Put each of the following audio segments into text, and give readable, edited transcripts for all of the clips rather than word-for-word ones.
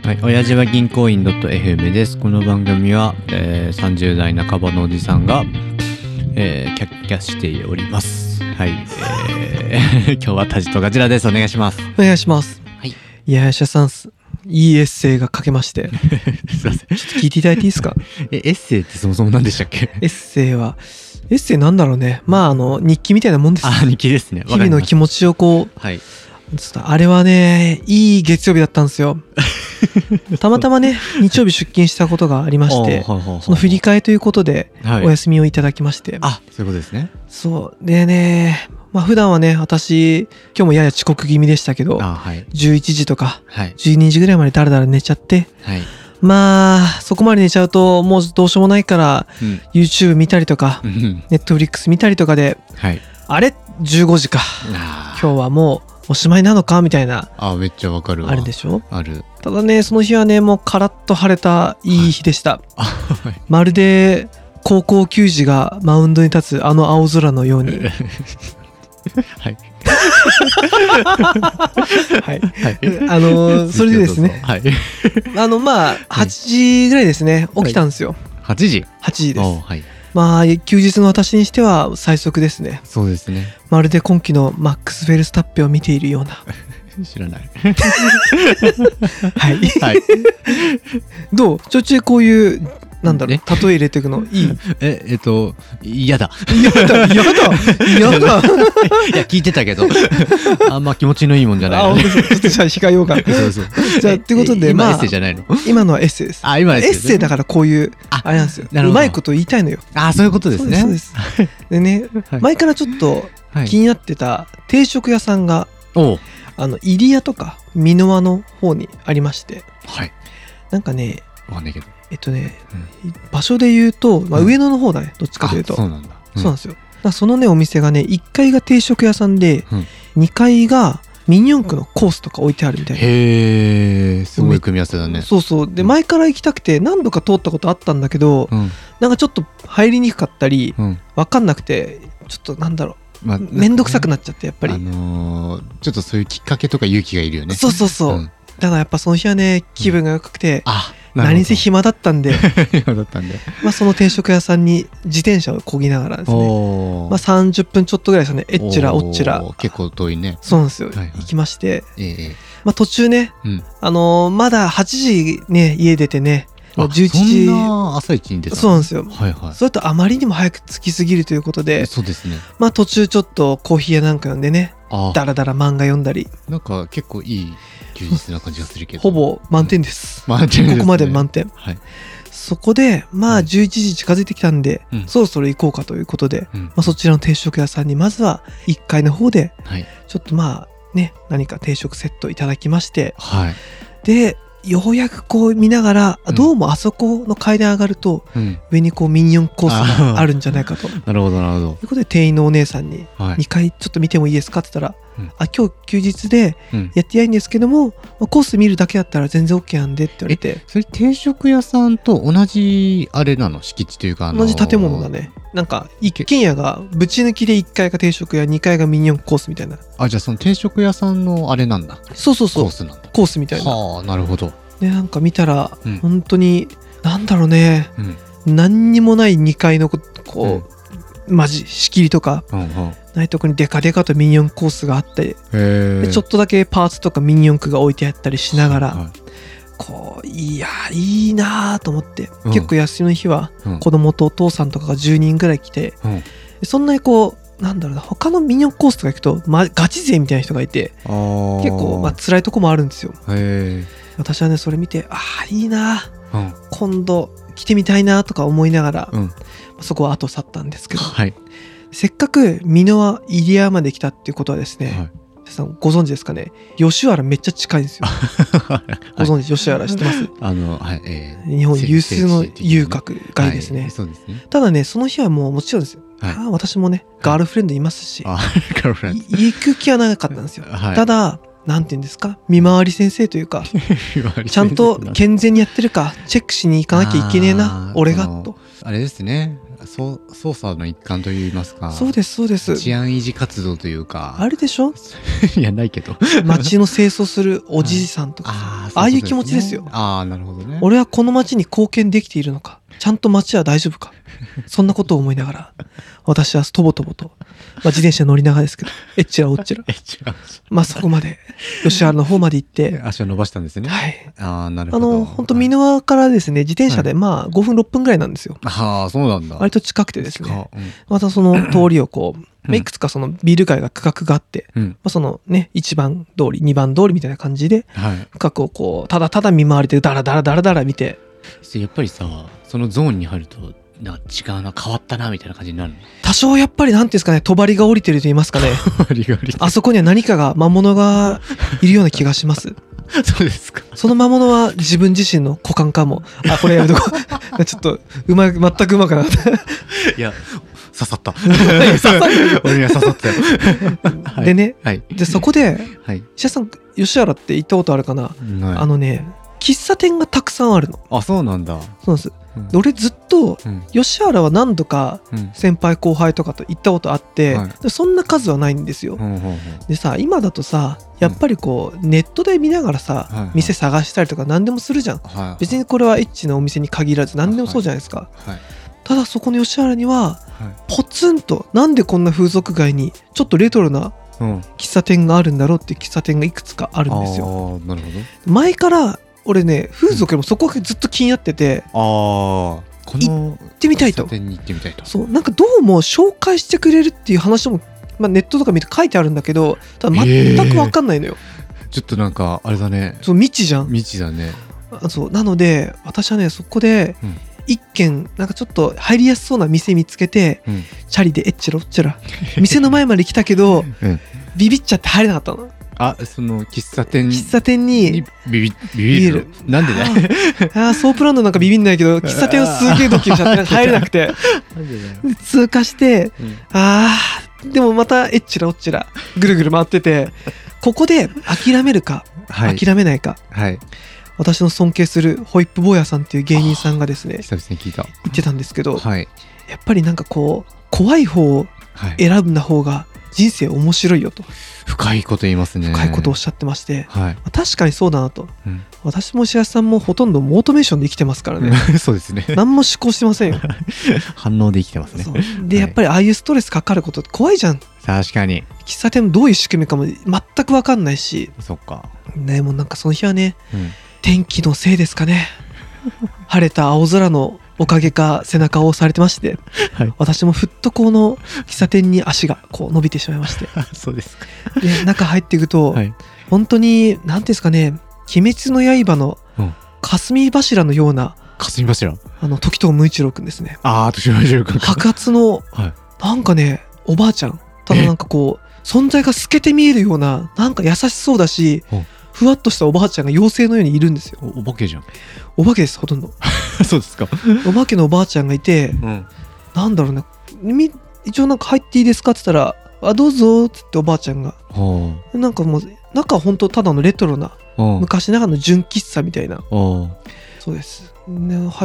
はい、親父は銀行員 .fm です。この番組は、30代半ばのおじさんが、キャッキャしております。はい、今日はタジとガジラです。お願いします。 お願いします。 はい。 いや、社さん、いいエッセイが書けまして。 すいません。 ちょっと聞いていただいていいですか？ エッセイってそもそも何でしたっけ？ エッセイなんだろうね。まあ、日記みたいなもんです。 日記ですね。 日々の気持ちをこう、 はい。 あれはね、いい月曜日だったんですよ。たまたまね、日曜日出勤したことがありまして、その振り替えということで、お休みをいただきまして。 あ、そういうことですね。 そう。でね、まあ普段はね、私、今日もやや遅刻気味でしたけど、 はい、 11時とか、 はい、 12時ぐらいまでだらだら寝ちゃって、 はい、 まあ、そこまで寝ちゃうと、もうどうしようもないから、YouTube 見たりとか、Netflix 見たりとかで、 はい、 あれ ?15 時か。今日はもう、おしまいなのかみたいな。 めっちゃわかるわ。 あるでしょ？ ある。 ただね、その日はね、もうカラッと晴れたいい日でした。はい、まるで高校球児がマウンドに立つあの青空のように。はい。はい。それでですね。はい。まあ、8時ぐらいですね、起きたんですよ。 8時 ?8 時です。 はい。 まあ、休日の私にしては最速ですね。 そうですね。 まるで今季のマックス・フェルスタッペを見ているような。 知らない。 はい。はい。どう？ちょいちょいこういう、なんだろう、例え入れていくのいい？ 嫌だ。 嫌だ。いや、聞いてたけど、あんま気持ちのいいもんじゃない。 ちょっとじゃあ控えようか。そうそう。じゃあ、ってことで、 今エッセイじゃないの？ 今のはエッセイです。 今エッセイだからこういう、あれなんですよ。うまいこと言いたいのよ。 そういうことですね。 そうです。でね、前からちょっと気になってた定食屋さんが、入谷とか箕輪の方にありまして、なんかね、場所で言うと、上野の方だね、どっちかというと。そうなんだ。そうなんですよ。そのね、お店がね、1階が定食屋さんで、2階がミニ四駆のコースとか置いてあるみたいな。 へー、すごい組み合わせだね。 そうそう。で、前から行きたくて何度か通ったことあったんだけど、なんかちょっと入りにくかったり、わかんなくて、ちょっとなんだろう。めんどくさくなっちゃって、やっぱり。ちょっとそういうきっかけとか勇気がいるよね。 そうそうそう。ただやっぱその日はね、気分が良くて、何せ暇だったんで、その定食屋さんに自転車を漕ぎながらですね、30分ちょっとぐらいですね、えっちらおっちら。 結構遠いね。 そうなんですよ。行きまして、途中ね、まだ8時ね、家出てね、11時。 そんな朝一に出た。 そうなんですよ。それとあまりにも早く着きすぎるということで、 そうですね。 途中ちょっとコーヒー屋なんか読んでね、だらだら漫画読んだり。 なんか結構いい休日な感じがするけど。 ほぼ満点です。 満点ですね。 ここまで満点。そこで、11時近づいてきたんで、そろそろ行こうかということで、そちらの定食屋さんにまずは1階の方で、ちょっと何か定食セットいただきまして、で、ようやくこう見ながら、どうもあそこの階段上がると、上にこうミニ四駆コースがあるんじゃないかと。 なるほど、なるほど。 ということで店員のお姉さんに、2階ちょっと見てもいいですかって言ったら、今日休日でやってないんですけども、コース見るだけだったら全然 OK なんでって言われて。 それ定食屋さんと同じあれなの？敷地というか、 同じ建物だね。なんか一軒家がぶち抜きで1階が定食屋、2階がミニ四駆コースみたいな。 じゃあその定食屋さんのあれなんだ。 そうそうそう。 コースなんだ。 コースみたいな。 なるほど。 で、なんか見たら、本当になんだろうね、何にもない2階のこう、マジ仕切りとかないとこにデカデカとミニ四駆コースがあって、でちょっとだけパーツとかミニ四駆が置いてあったりしながら、こういいなと思って、結構休みの日は子供とお父さんとかが10人ぐらい来て、そんなにこうなんだろうな、他のミニ四駆コースとか行くと、ガチ勢みたいな人がいて、結構辛いとこもあるんですよ。私はね、それ見て、いいな、今度来てみたいなとか思いながら、そこは後去ったんですけど、せっかく箕輪入谷まで来たっていうことはですね、皆さんご存知ですかね、吉原めっちゃ近いんですよ。ご存知、吉原知ってます？日本有数の遊郭街ですね。ただね、その日はもちろんですよ。私もね、ガールフレンドいますし、行く気はなかったんですよ。ただ、なんて言うんですか、見回り先生というか、ちゃんと健全にやってるかチェックしに行かなきゃいけねえな、俺がと。 あれですね、捜査の一環といいますか。 そうですそうです。 治安維持活動というか。 あるでしょ。 いやないけど。 街の清掃するおじいさんとか。 ああいう気持ちですよ。 ああ、なるほどね。 俺はこの街に貢献できているのか、ちゃんと街は大丈夫か、そんなことを思いながら私はとぼとぼと、自転車乗りながらですけど、えっちらおっちらそこまで吉原の方まで行って足を伸ばしたんですね。 はい。 ああ、なるほど。 本当箕輪からですね、自転車で5分6分ぐらいなんですよ。 ああ、そうなんだ。 割と近くてですね、またその通りをこう、いくつかそのビル街が区画があって、そのね、1番通り2番通りみたいな感じで、区画をこうただただ見回りでダラダラダラダラ見て、 やっぱりさ、そのゾーンに入るとなんか違うな、変わったなみたいな感じになるの。 多少やっぱりなんていうんですかね、帳が降りてると言いますかねあそこには何かが魔物がいるような気がしますそうですか。 その魔物は自分自身の股間かも。これやめとこうちょっと全くうまくなかったいや刺さった刺さった俺には刺さったよでね、でそこで、石田さん吉原って行ったことあるかな。喫茶店がたくさんあるの。 あ、そうなんだ。 そうなんです。俺ずっと吉原は何度か先輩後輩とかと行ったことあって、そんな数はないんですよ。でさ、今だとさ、やっぱりこうネットで見ながらさ、店探したりとか何でもするじゃん。別にこれはエッチなお店に限らず何でもそうじゃないですか。ただそこの吉原にはポツンと、なんでこんな風俗街にちょっとレトロな喫茶店があるんだろうっていう喫茶店がいくつかあるんですよ。 なるほど。前から俺ね、風俗よりもそこがずっと気になってて、 行ってみたいと。そう、なんかどうも紹介してくれるっていう話も、ネットとか見て書いてあるんだけど、ただ全く分かんないのよ。 ちょっとなんかあれだね。 そう、未知じゃん。 未知だね。 そうなので私はね、そこで一軒なんかちょっと入りやすそうな店見つけて、チャリでえっちらおっちら店の前まで来たけど、ビビっちゃって入れなかったの。 その喫茶店にビビる。 なんでねソープランドなんかビビんないけど、喫茶店はすげえドキドキしちゃって入れなくて通過して、でもまたえっちらおっちらぐるぐる回ってて、ここで諦めるか諦めないか、私の尊敬するホイップ坊やさんっていう芸人さんがですね、 久々に聞いた言ってたんですけど、やっぱりなんかこう怖い方を選んだ方が人生面白いよと。 深いこと言いますね。 深いことをおっしゃってまして、確かにそうだなと。私も石橋さんもほとんどモートメーションで生きてますからねそうですね。 何も思考してませんよ反応で生きてますね。 で、やっぱりああいうストレスかかることって怖いじゃん。 確かに。 喫茶店もどういう仕組みかも全く分かんないし。 そっか。 でもなんかその日はね、天気のせいですかね晴れた青空のおかげか背中を押されてまして、私もふっとこの喫茶店に足がこう伸びてしまいましてそうですか。 で、中入っていくと、本当に何ていうんですかね、鬼滅の刃の霞柱のような、 霞柱、 時藤無一郎くんですね。 時藤無一郎くん、 白髪の、なんかね、おばあちゃん。ただなんかこう存在が透けて見えるような、なんか優しそうだし、ふわっとしたおばあちゃんが妖精のようにいるんですよ。 お化けじゃん。 お化けです、ほとんどそうですか。 お化けのおばあちゃんがいて、なんだろうね、一応なんか入っていいですかって言ったら、どうぞっつっておばあちゃんが、なんかもう中は本当ただのレトロな昔ながらの純喫茶みたいな。そうです、ね、入って、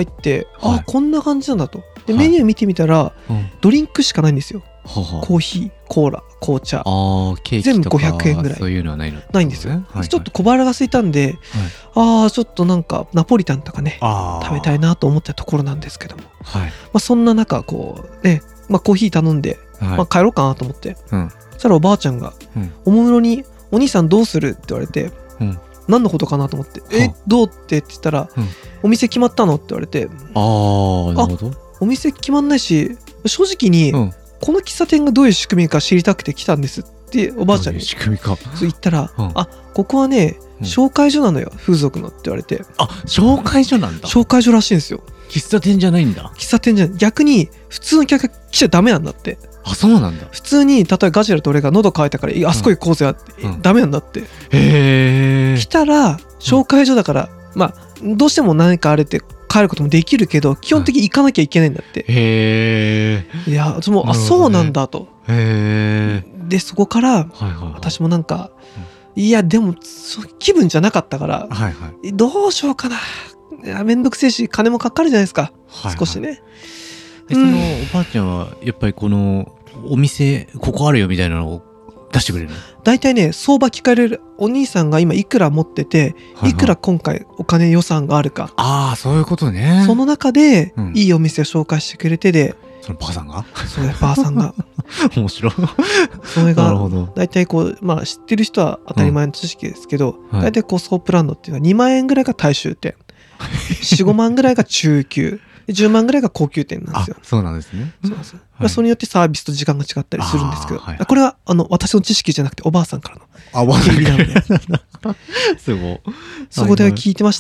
こんな感じなんだと。で、メニュー見てみたら、ドリンクしかないんですよ。コーヒー、コーラ、紅茶、全部500円ぐらい。 そういうのはないんですよ。ちょっと小腹が空いたんで、ちょっとなんかナポリタンとかね、食べたいなと思ったところなんですけども、そんな中こうね、コーヒー頼んで、帰ろうかなと思って、そしたらおばあちゃんがおもむろに「お兄さんどうする?」って言われて、何のことかなと思って「どう?」って言ったら「お店決まったの?」って言われて、なるほど、お店決まんないし、正直にこの喫茶店がどういう仕組みか知りたくて来たんですっておばあちゃんに言ったら、ここはね、紹介所なのよ、風俗のって言われて。紹介所なんだ。紹介所らしいんですよ。 喫茶店じゃないんだ。 喫茶店じゃない。逆に普通の客が来ちゃダメなんだって。 そうなんだ。 普通に例えばガジラと俺が喉乾いたからあそこ行こうぜって、ダメなんだって。来たら紹介所だから、どうしても何かあれって帰ることもできるけど、基本的に行かなきゃいけないんだって。いや、そうなんだと。で、そこから私もなんか、いやでも気分じゃなかったから、どうしようかな、めんどくせえし金もかかるじゃないですか、少しね。 そのおばあちゃんはやっぱりこのお店ここあるよみたいなのを出してくれるの？ 大体ね相場聞かれる、お兄さんが今いくら持ってて、いくら今回お金予算があるか、 ああそういうことね。 その中でいいお店を紹介してくれてで、 そのばあさんがそうね、ばあさんが面白い。 それが大体こう、まあ知ってる人は当たり前の知識ですけど、大体こうソープランドっていうのは2万円ぐらいが大衆店、4、5万ぐらいが中級、10万ぐらいが高級店なんですよ。 そうなんですね。 そうなんですよ。それによってサービスと時間が違ったりするんですけど、これは私の知識じゃなくておばあさんからの聞きなので、 すごい。 そこで聞いてまして、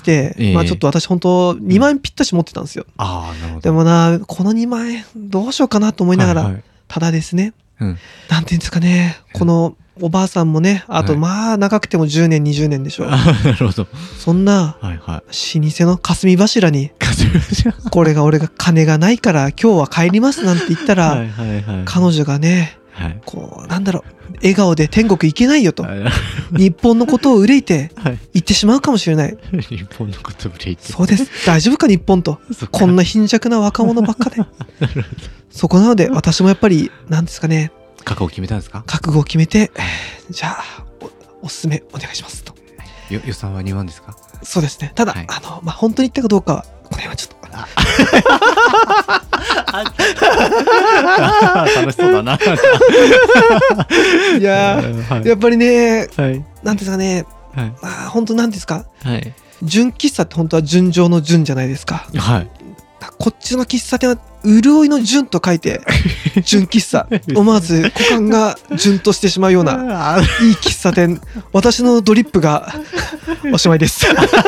まあちょっと私本当2万円ぴったし持ってたんですよ。 ああ、なるほど。 でもな、この2万円どうしようかなと思いながら、ただですね、なんていうんですかね、このおばあさんもね、あとまあ長くても10年20年でしょう。 なるほど。 そんな老舗の霞柱に、これが俺が金がないから今日は帰りますなんて言ったら、彼女がね、こうなんだろう、笑顔で天国行けないよと、日本のことを憂いて言ってしまうかもしれない。 日本のことを憂いて、 そうです、大丈夫か日本と、こんな貧弱な若者ばっかで。そこなので私もやっぱりなんですかね、 覚悟を決めたんですか？ 覚悟を決めて、じゃあ おすすめお願いしますと。 予算は2万ですか？ そうですね。ただ、まあ本当に言ったかどうかはこの辺はちょっと楽しそうだな。 いややっぱりね、なんですかね、本当なんですか、純喫茶って本当は純情の純じゃないですか。こっちの喫茶店は潤いの純と書いて純喫茶、思わず股間が純としてしまうようないい喫茶店、私のドリップがおしまいです。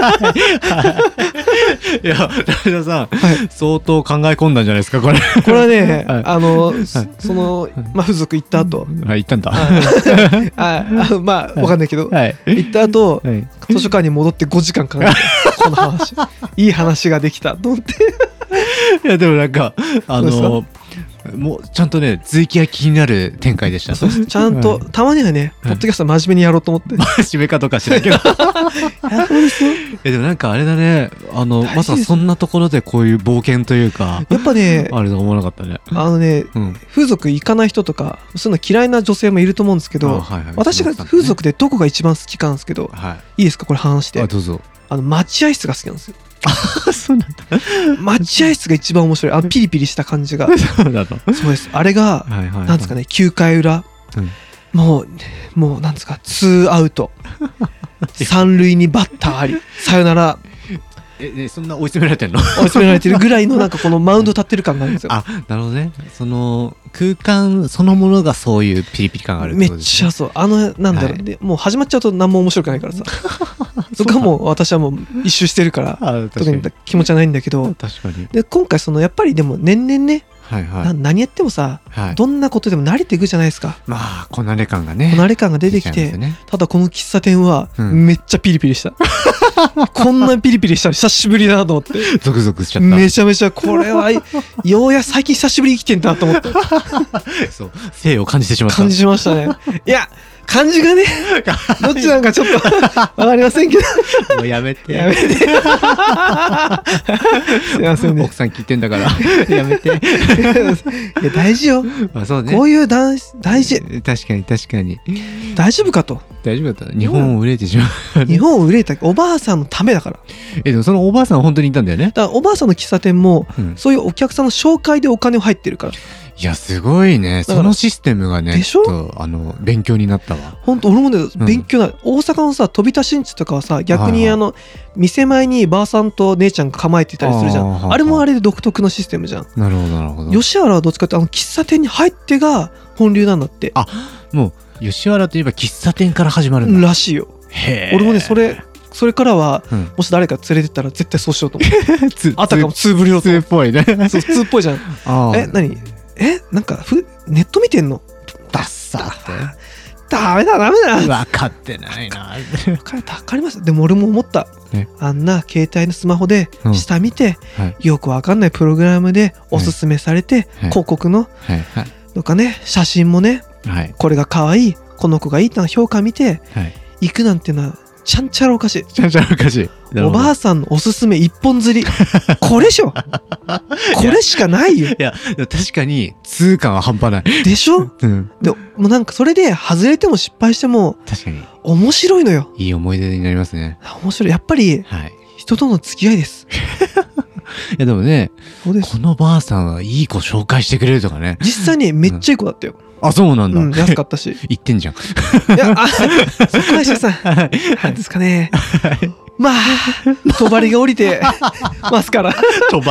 いや、ラジオさん、相当考え込んだんじゃないですかこれ。 これはね、そのまあ風俗行った後、 行ったんだ。 まあわかんないけど、行った後図書館に戻って5時間かかってこの話、いい話ができたと思って。 いやでもなんかもうちゃんとね随記が気になる展開でした。 ちゃんとたまにはねポッドキャスト真面目にやろうと思って。 真面目かどうか知らんけど。でもなんかあれだね、まさかそんなところでこういう冒険というか、 やっぱね、 あれだ思わなかったね。 風俗行かない人とかそういうの嫌いな女性もいると思うんですけど、私が風俗でどこが一番好きかなんですけど、いいですかこれ話して。 どうぞ。 待合室が好きなんですよ。 そうなんだ。 待合室が一番面白い。ピリピリした感じが。 そうだと。 そうです。あれがなんですかね、9回裏、もうなんですか、2アウト、3塁にバッターあり、さよなら。 そんな追い詰められてんの？追い詰められてるぐらいのなんかこのマウンド立ってる感があるんですよ。 なるほどね。その空間そのものがそういうピリピリ感があるってことですね。 めっちゃそう。なんだろう、でもう始まっちゃうと何も面白くないからさ。そこはもう私はもう一周してるから特に気持ちはないんだけど。 確かに。 で今回やっぱりでも年々ね、何やってもさ、どんなことでも慣れていくじゃないですか。 まあこなれ感がね、 こなれ感が出てきて、ただこの喫茶店はめっちゃピリピリした。こんなピリピリしたの久しぶりだなと思って、 ゾクゾクしちゃった。 めちゃめちゃこれはようやく最近久しぶりに生きてんだと思って。 そう生を感じてしまった。 感じましたね。いや感じがね、どっちなんかちょっとわかりませんけど、 もうやめてやめて。すいませんね、 奥さん聞いてんだからやめて。いや大事よ、 そうね、 こういう大事。 確かに大丈夫かと。 大丈夫だった。日本を憂いてしまう。 日本を憂いたおばあさんのためだから。 でもそのおばあさんは本当にいたんだよね。 だからおばあさんの喫茶店も、そういうお客さんの紹介でお金入ってるから。 いやすごいね、そのシステムがね。でしょ。勉強になったわ。本当俺もね勉強な。大阪のさ飛び出しんちとかはさ、逆に店前にばあさんと姉ちゃんが構えてたりするじゃん。あれもあれで独特のシステムじゃん。 なるほどなるほど。 吉原はどっちかって喫茶店に入ってが本流なんだって。 もう吉原といえば喫茶店から始まるんだらしいよ。俺もねそれからは、もし誰か連れてったら絶対そうしようと思って。あたかもツーブリオツーっぽいね。 そうツーっぽいじゃん。何なんかネット見てんの？ ダッサって。 ダメだ。 分かってないな。 分かります。でも俺も思った。あんな携帯のスマホで下見て、よく分かんないプログラムでおすすめされて、広告のとかね、写真もね、これが可愛い、この子がいいって評価見て行くなんてのはちゃんちゃらおかしい。 ちゃんちゃらおかしい。 おばあさんのおすすめ一本釣り。これでしょ。これしかないよ。 いや、確かに痛感は半端ない。 でしょ、うん、でもうなんかそれで外れても失敗しても確かに面白いのよ。 いい思い出になりますね。 面白い。やっぱり、はい、人との付き合いです。 いやでもね、このばあさんはいい子紹介してくれるとかね。 実際にめっちゃいい子だったよ。 あ、そうなんだ。 うん、安かったし。 言ってんじゃん。 いや、そこは石田さん。なんですかね。まあ、帳が降りてますから。帳。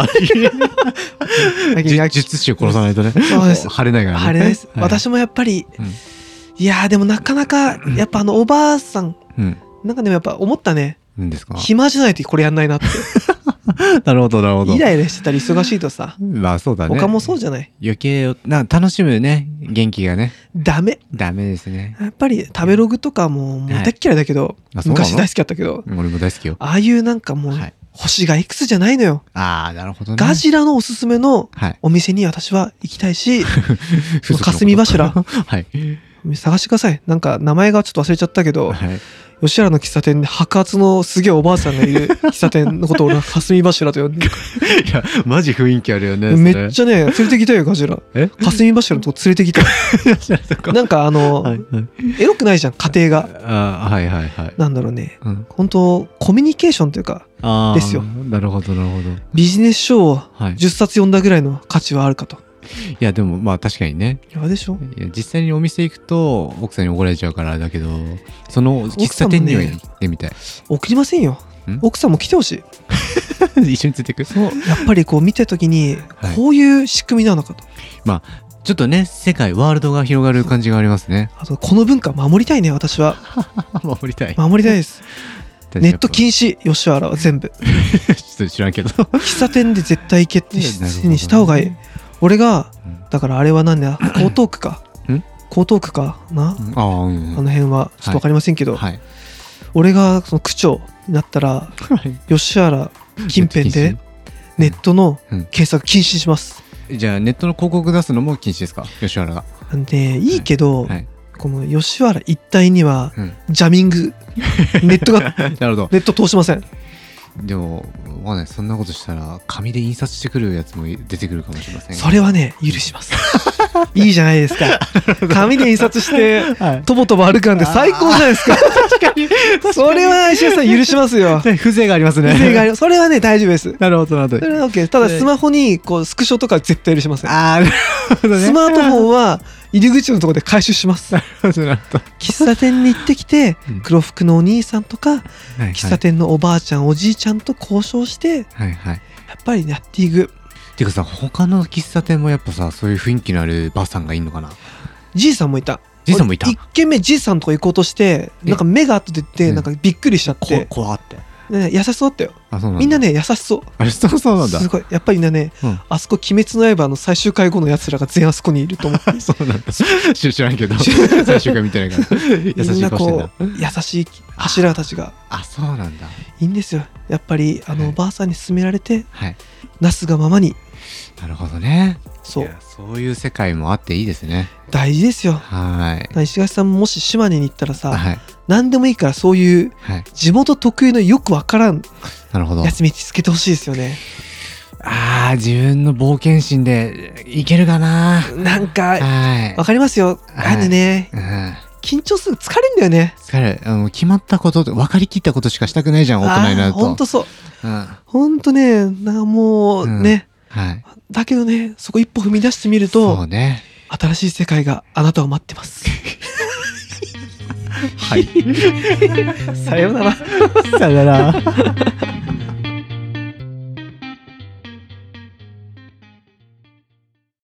術師を殺さないとね。 そうです。 晴れないからね。 晴れないです。私もやっぱり、いやでもなかなか、やっぱおばあさん、なんかでもやっぱ思ったね。 何ですか？ 暇じゃないとこれやんないなって。 なるほどなるほど。 イライラしてたり忙しいとさ、 まあそうだね。 他もそうじゃない。 余計楽しむね、元気がね。 ダメですね。 やっぱり食べログとかも大っ嫌いだけど、昔大好きだったけど、 俺も大好きよ。 ああいうなんかもう星がいくつじゃないのよ。 ああ、なるほどね。 ガジラのおすすめのお店に私は行きたいし、霞柱探してください。なんか名前がちょっと忘れちゃったけど、吉原の喫茶店で白髪のすげえおばあさんがいる喫茶店のことを俺は霞柱と呼んでる。 いやマジ雰囲気あるよね。 めっちゃね連れてきたよガジラ。霞柱のとこ連れてきた。なんかエロくないじゃん家庭が。 はいはいはい。 なんだろうね、本当コミュニケーションというかですよ。 なるほどなるほど。 ビジネス書を10冊読んだぐらいの価値はあるかと。 いやでもまあ確かにね。 いやでしょ。 いや実際にお店行くと奥さんに怒られちゃうからだけど、その喫茶店には行ってみたい。 送りませんよ。奥さんも来てほしい。一緒についてく。 そうやっぱりこう見た時にこういう仕組みなのかと。 まあちょっとね世界ワールドが広がる感じがありますね。 あとこの文化守りたいね私は。 守りたいです。ネット禁止吉原は全部。ちょっと知らんけど。 喫茶店で絶対行けってにした方がいい。俺がだからあれは何だ江東区か江東区かな、あの辺はちょっと分かりませんけど、俺がその区長になったら吉原近辺でネットの検索禁止します。 じゃあネットの広告出すのも禁止ですか吉原が。 でいいけど、この吉原一帯にはジャミングネットがネット通しません。 でもわかんない。そんなことしたら紙で印刷してくるやつも出てくるかもしれません。 それはね許します。いいじゃないですか。紙で印刷してとぼとぼ歩くなんて最高じゃないですか。確かにそれは石田さん許しますよ。 風情がありますね。 風情があります。それはね大丈夫です。 なるほどなるほど。 それは OK。 ただスマホにこうスクショとか絶対許しません。 なるほどね。 スマートフォンは入り口のところで回収します。喫茶店に行ってきて黒服のお兄さんとか喫茶店のおばあちゃんおじいちゃんと交渉してやっぱりやっていく。 てかさ他の喫茶店もやっぱさそういう雰囲気のあるばあさんがいいのかな。 じいさんもいた。1軒目じいさんとか行こうとしてなんか目があって出てなんかびっくりしちゃって怖って。 優しそうだったよ。みんなね優しそう。 そうなんだ。 すごいやっぱりね、あそこ鬼滅の刃の最終回後のやつらが全員あそこにいると思って。 そうなんだ。知らんけど最終回見てないから優しい顔してんだ。 優しい柱たちがそうなんだ。 いいんですよ。やっぱりおばあさんに勧められてなすがままに。 なるほどね。 そういう世界もあっていいですね。 大事ですよ。石橋さんもし島根に行ったらさ、何でもいいからそういう地元特有のよくわからんやつ見つけてほしいですよね。 自分の冒険心でいけるかな。 なんかわかりますよ。ね緊張する疲れんだよね。 疲れる。決まったこと分かりきったことしかしたくないじゃん大人になると。 ほんとそう。ほんとねもうね。だけどねそこ一歩踏み出してみると新しい世界があなたを待ってます。はい。さようなら。 さようなら。